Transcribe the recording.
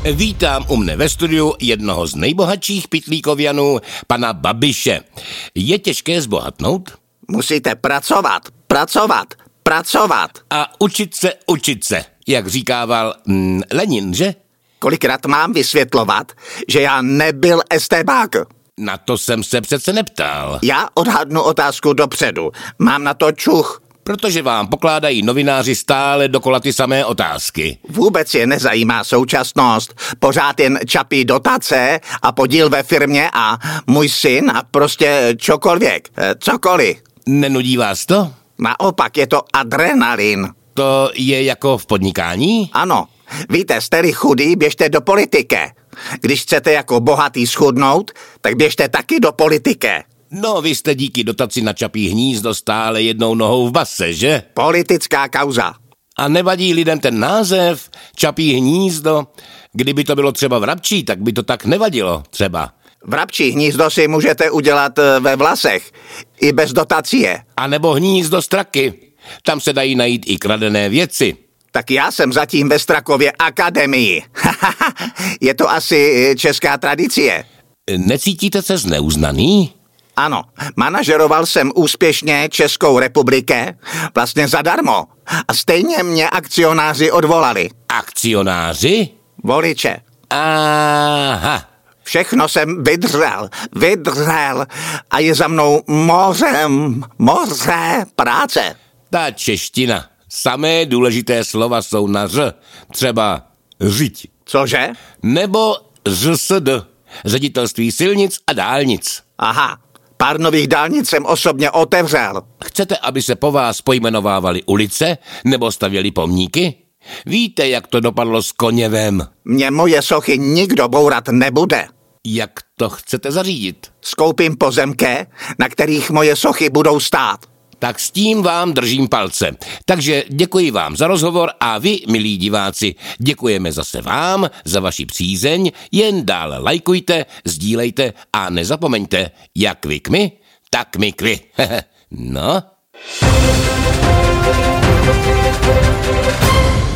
Vítám u mne ve studiu jednoho z nejbohatších Pytlíkovianů, pana Babiše. Je těžké zbohatnout? Musíte pracovat. A učit se, jak říkával Lenin, že? Kolikrát mám vysvětlovat, že já nebyl estébák? Na to jsem se přece neptal. Já odhadnu otázku dopředu. Mám na to čuch. Protože vám pokládají novináři stále dokola ty samé otázky. Vůbec je nezajímá současnost. Pořád jen Čapí dotace a podíl ve firmě a můj syn a prostě cokoliv. Nenudí vás to? Naopak je to adrenalin. To je jako v podnikání? Ano. Víte, jste-li chudý, běžte do politiky. Když chcete jako bohatý schudnout, tak běžte taky do politiky. No, vy jste díky dotaci na Čapí hnízdo stále jednou nohou v base, že? Politická kauza. A nevadí lidem ten název Čapí hnízdo? Kdyby to bylo třeba vrabčí, tak by to tak nevadilo třeba. Vrabčí hnízdo si můžete udělat ve vlasech. I bez dotacie. A nebo hnízdo straky. Tam se dají najít i kradené věci. Tak já jsem zatím ve Strakově akademii. Je to asi česká tradice. Necítíte se zneuznaný? Ano, manažeroval jsem úspěšně Českou republiku, vlastně zadarmo. A stejně mě akcionáři odvolali. Akcionáři? Voliče. Aha. Všechno jsem vydřel a je za mnou moře práce. Ta čeština. Samé důležité slova jsou na ř. Třeba řiď. Cože? Nebo ŘSD. Ředitelství silnic a dálnic. Aha, pár nových dálnic jsem osobně otevřel. Chcete, aby se po vás pojmenovávaly ulice nebo stavěly pomníky? Víte, jak to dopadlo s Koněvem? Mě moje sochy nikdo bourat nebude. Jak to chcete zařídit? Skoupím pozemky, na kterých moje sochy budou stát. Tak s tím vám držím palce. Takže děkuji vám za rozhovor a vy, milí diváci, děkujeme zase vám za vaši přízeň. Jen dál lajkujte, sdílejte a nezapomeňte, jak vy k my, tak my k vy. No.